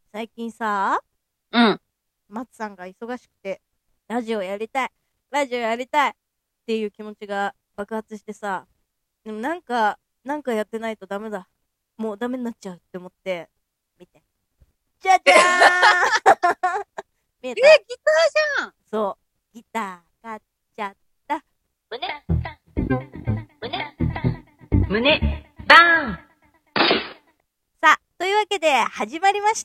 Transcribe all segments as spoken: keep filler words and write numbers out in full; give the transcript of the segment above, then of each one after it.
最近さ、 うん。 松さんが忙しくて、ラジオやりたい、ラジオやりたいっていう気持ちが爆発してさ、でもなんか、なんかやってないとダメだ。もうダメになっちゃうって思って、見て。じゃじゃーん見ええ、ギた。 ターじゃん。 そう。ギター買っちゃった。 胸、胸、胸、バーン。 さあ、というわけで始まりました。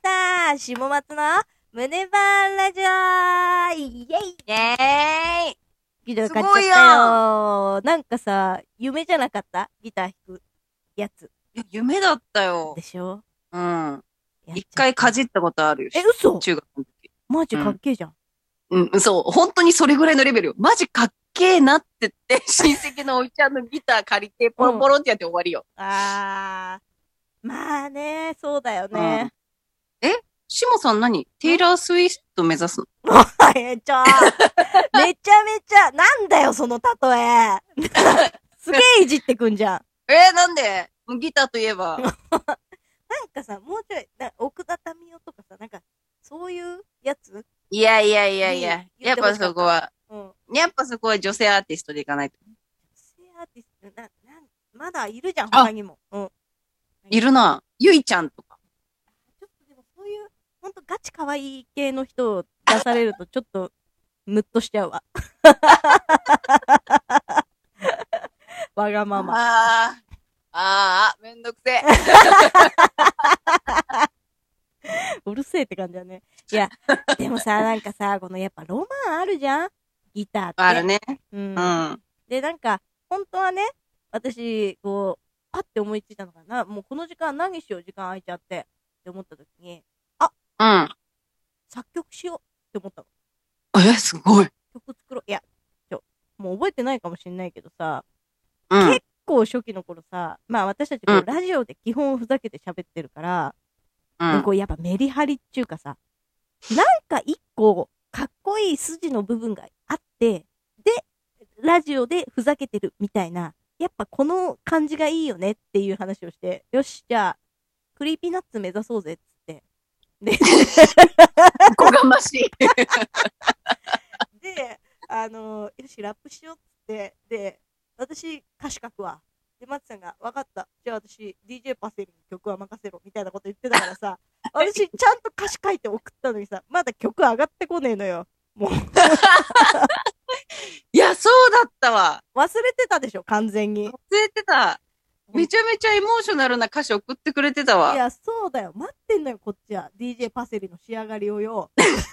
下松の胸バーンラジオイエイイェーイ。 ギター買っちゃったすごいよ。なんかさ、夢じゃなかった？ギター弾くやつ。 いや、夢だったよで。しょ？ うん。 やっちゃった一回かじったことあるよ。 え、嘘？ 中学の時。 マジかっけえじゃん。 うん、うん、そう。本当にそれぐらいのレベルよ。マジかっけえなってって、親戚のおいちゃんのギター借りて、ポロポロってやって終わりよ。 あー、まあね、そうだよね。 えシモさん何テイラー・スウィフト目指すの？ え、ちょ、めちゃめちゃ、なんだよ、その例え。すげえいじってくんじゃん。 えー、なんでギターといえば。 なんかさ、もうちょい、な奥田民生とかさ、なんか、そういうやついやいやいやいや。 に言やってぱっほしかったそこは、 うん。 やっぱそこは女性アーティストでいかないと。 女性アーティスト、な、なん、まだいるじゃん、 あ他にも。うん。 いるな。ゆいちゃんとか。 ちょっとでもそういう、ほんとガチ可愛い系の人を出されると、ちょっと、ムッとしちゃうわ。わがまま。 ああ、ああ、めんどくせえ。 うるせえって感じだね。いや、でもさ、なんかさ、このやっぱロマンあるじゃんギターって。 あるね。 うん。 うん。 で、なんか、本当はね、私、こう、パッて思いついたのかな。もうこの時間何しよう、時間空いちゃって。って思った時に、あ、 うん。 作曲しようって思ったの。 え、すごい。 曲作ろう。いや、ちょ、もう覚えてないかもしんないけどさ、 うん。 結構初期の頃さ、まあ私たちこう、 うんラジオで基本ふざけて喋ってるから、 うん。 でこうやっぱメリハリっていうかさ、なんか一個かっこいい筋の部分があって、で、ラジオでふざけてるみたいな、やっぱこの感じがいいよねっていう話をして、よし、じゃあ、クリーピーナッツ目指そうぜっつって。で、 おこがましい。 で、あのーよし、ラップしようっつって、で、私、歌詞書くわ。で、松さんが、わかった。じゃあ私、ディージェー パセリに曲は任せろ。みたいなこと言ってたからさ、私、ちゃんと歌詞書いて送ったのにさ、まだ曲上がってこねえのよ。もう、 いや、そうだったわ。 忘れてたでしょ、完全に。 忘れてた。めちゃめちゃエモーショナルな歌詞送ってくれてたわ。 いや、そうだよ。待ってんのよ、こっちは。ディージェー パセリの仕上がりをよ。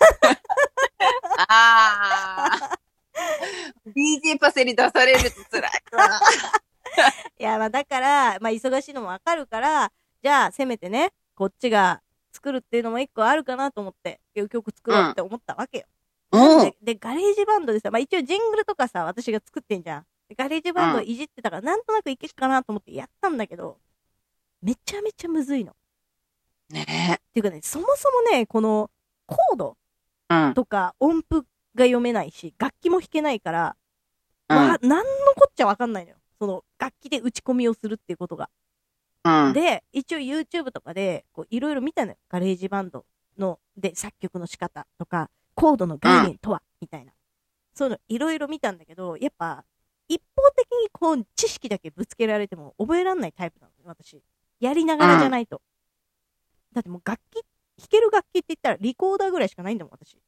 ああ。ディージェー パセリ出されると辛いわ。 いや、まあだから、まあ忙しいのもわかるから、じゃあせめてね、こっちが作るっていうのも一個あるかなと思って、曲作ろうって思ったわけよ。 うん。 で、で、ガレージバンドでさ、まあ一応ジングルとかさ、私が作ってんじゃん。でガレージバンドいじってたから、なんとなくいけるかなと思ってやったんだけど、めちゃめちゃむずいの。っねていうかね、そもそもね、このコードえ。うん。 とか音符が読めないし、楽器も弾けないから、 うん。 わ、なんのこっちゃわかんないのよ。その、楽器で打ち込みをするっていうことが。 うん。 で、一応 YouTube とかで、こう、いろいろ見たのよ。ガレージバンドの、で、作曲の仕方とか、コードの概念とは、みたいな。そういうのいろいろ見たんだけど、やっぱ、一方的にこう、知識だけぶつけられても覚えらんないタイプなのよ、私。やりながらじゃないと。だってもう楽器、弾ける楽器って言ったらリコーダーぐらいしかないんだもん、私。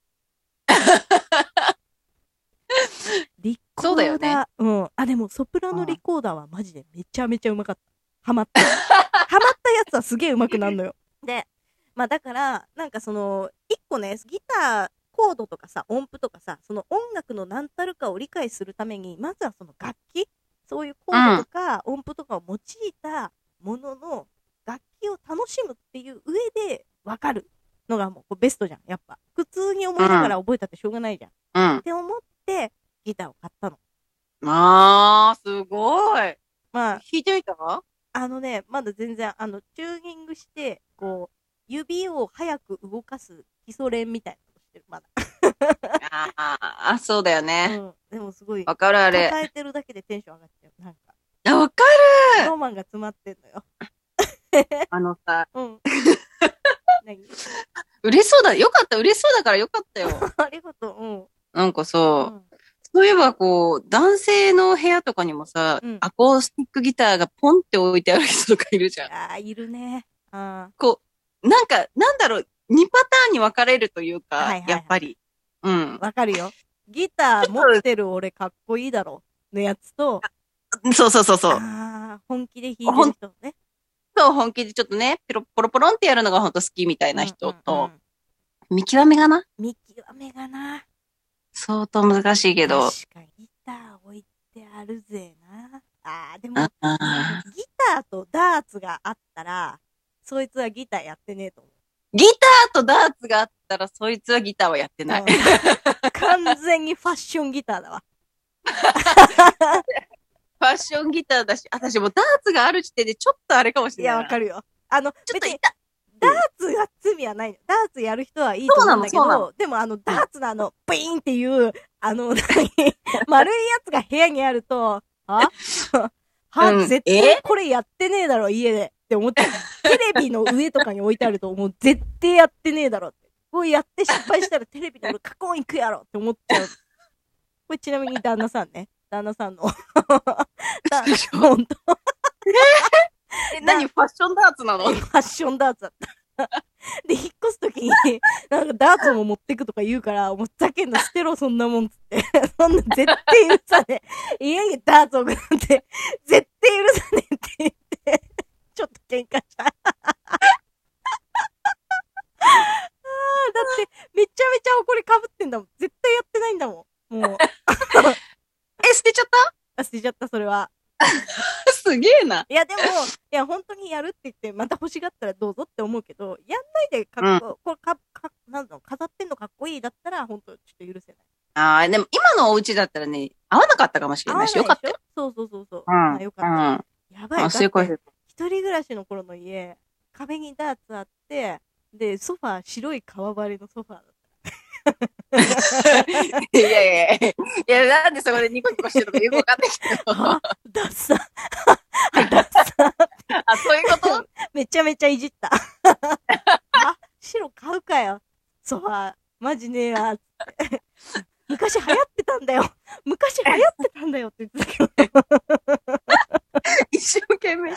リコーダー。 そうだよね。 うん。あ、でもソプラノリコーダーはマジでめちゃめちゃうまかった。ハマった。ハマったやつはすげえうまくなるのよ。で、まあだから、なんかその、一個ね、ギター、コードとかさ、音符とかさ、その音楽の何たるかを理解するために、まずはその楽器、そういうコードとか音符とかを用いたものの楽器を楽しむっていう上で分かるのがもうこうベストじゃん、やっぱ。普通に思いながら覚えたってしょうがないじゃん。 うん。 って思ってギターを買ったの。 ああ、すごい。 まあ、 弾いてみた？ あのね、まだ全然、あの、チューニングして、こう、指を早く動かす基礎練みたいなのしてる、まだ。 ああ、そうだようね。 ん。でもすごい、 わかるあれ。 抱えてるだけでテンション上がっちゃう。なんか、 あ、わかる。 ロマンが詰まってんのよ。 あのさ、 うん。 何嬉しそうだ。よかった。嬉しそうだからよかったよ。 ありがとう。うん。 なんかさ、 うんそういえばこう、男性の部屋とかにもさ、 うんアコースティックギターがポンって置いてある人とかいるじゃん。 ああ、いるね。あこう、なんか、なんだろう、にパターンに分かれるというか、 はいはいはいやっぱり。うんあ、。わかるよ。ギター持ってる俺かっこいいだろ。のやつと、 そうそうそうそう。 ああ、本気で弾いてる人ね。 そう、本気でちょっとね、ペロポロポロンってやるのがほんと好きみたいな人うんうんと、 うん見極めがな、 見極めがな。 相当難しいけど。 確かにギター置いてあるぜな。ああ、でも、 ああギターとダーツがあったら、そいつはギターやってねえと思う。 ギターとダーツがあったら、そいつはギターはやってない。 うん完全にファッションギターだわ。 ファッションギターだし、私もダーツがある時点でちょっとあれかもしいや、 れないな。 わかるよ。あの、 ちょっと別に痛い。 ダーツが罪はないの。ダーツやる人はいいと思うんだけそうなのそうなど、でもあの、ダーツのあの、ブイーンっていう、あの、何丸いやつが部屋にあると、はは、 うん絶対これやってねえだろ、家で。って思っちゃう。テレビの上とかに置いてあると、もう絶対やってねえだろって。こうやって失敗したらテレビの俺カコン行くやろって思っちゃう。これちなみに旦那さんね。旦那さんの。だほんと。 え、何ファッションダーツなのファッションダーツだった。で、引っ越すときに、なんかダーツも持ってくとか言うから、もうざけんな捨てろ、そんなもんつって。そんな絶対許さねえ。家にダーツ置くなんて、絶対許さねえって言って、ちょっと喧嘩した。あーだって、めちゃめちゃ埃かぶってんだもん。絶対やってないんだもん。もう。 え、捨てちゃったあ、捨てちゃった、それは。 すげえな。 いや、でも、いや、本当にやるって言って、また欲しがったらどうぞって思うけど、やんないでかっこ、これか、か、なんだろう、飾ってんのかっこいいだったら、本当ちょっと許せない。 ああ、でも今のお家だったらね、合わなかったかもしれないし、よかったよ。 そうそうそうそう。 うん。 あ、よかうった。 ん。 やばい。だあ、 ってそういう声する。 一人暮らしの頃の家、壁にダーツあって、で、ソファー、白い革張りのソファーだった。 いやいやいや。いや、なんでそこでニコニコしてるのかよくわかんないけど。 あ、ダッサ。ダッサ。 あ、そういうことめちゃめちゃいじった。あ、白買うかよ。ソファー、マジねえわ。って昔流行ってたんだよ。昔流行ってたんだよって言ってたけど。 一生懸命。旦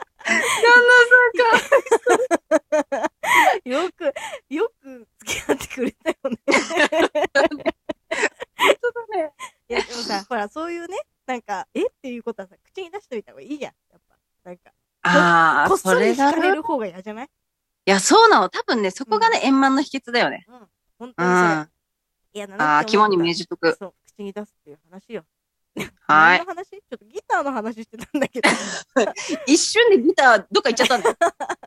那さんか。 よく、よく付き合ってくれたよね。 本当だね。 いや、でもさ、ほら、そういうね、なんか、えっていうことはさ、口に出しといた方がいいじゃん。やっぱ。なんか、 ああ、 こっそりそれだ惹かれる方が嫌じゃない？ いや、そうなの。多分ね、そこがね、円満の秘訣だよね。 うん。本う当にそれ。 ん。 嫌だなああ、 って思った。 肝に銘じとく。 そう、口に出すっていう話よ。 はい何の話？ちょっとギターの話してたんだけど。 一瞬でギターどっか行っちゃったんだよ。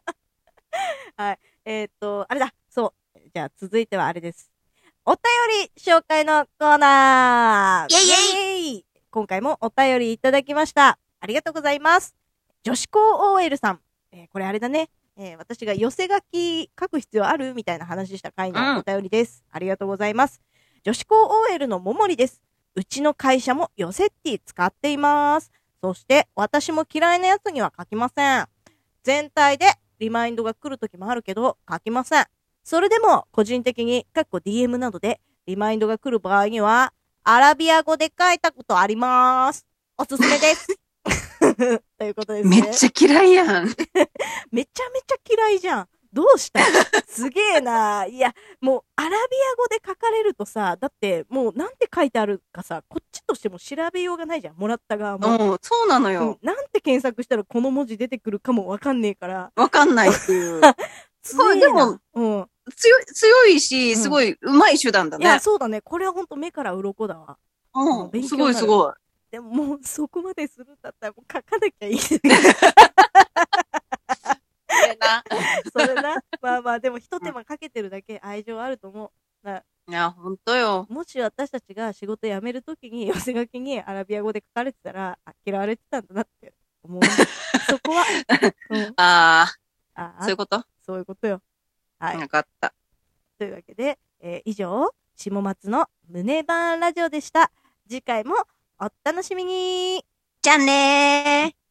えーっと、あれだ。そう。じゃあ続いてはあれです。お便り紹介のコーナーイェイイェイェイ今回もお便りいただきました。ありがとうございます。女子高 オーエル さん。えーこれあれだね。えー私が寄せ書き書く必要あるみたいな話した回のお便りです。ありがとうございます。女子高 オーエル のももりです。うちの会社もヨセッティ使っています。そして私も嫌いなやつには書きません。全体でリマインドが来るときもあるけど書きません。それでも個人的にかっこ ディーエム などでリマインドが来る場合にはアラビア語で書いたことあります。おすすめです。ということですね。 めっちゃ嫌いやん。 めちゃめちゃ嫌いじゃん。どうしたすげえな。いや、もうアラビア語で書かれるとさ、だってもうなんて書いてあるかさ、こっちとしても調べようがないじゃん。もらった側も。 うん、そうなのうんよ。 なんて検索したらこの文字出てくるかもわかんねえから。 わかんないっていう。 強えなでも、 うん。 強い、強いし、 うんすごい上手い手段だいや、 ね。 そうだね。これはほんと目から鱗だわ。 うん、す勉強になるごいすごい。 でももうそこまでするんだったらもう書かなきゃいい。 嫌いな。 それな。まあまあ、でも一手間かけてるだけ愛情あると思う。ないや、ほんとよ。 もし私たちが仕事辞めるときに寄せ書きにアラビア語で書かれてたら、あ嫌われてたんだなって思う。そこは、うん、 あああ、そういうことそういうことよ。はい。 なかった。 というわけで、えー以上、下松の胸バーンラジオでした。次回もお楽しみに。 じゃあねー。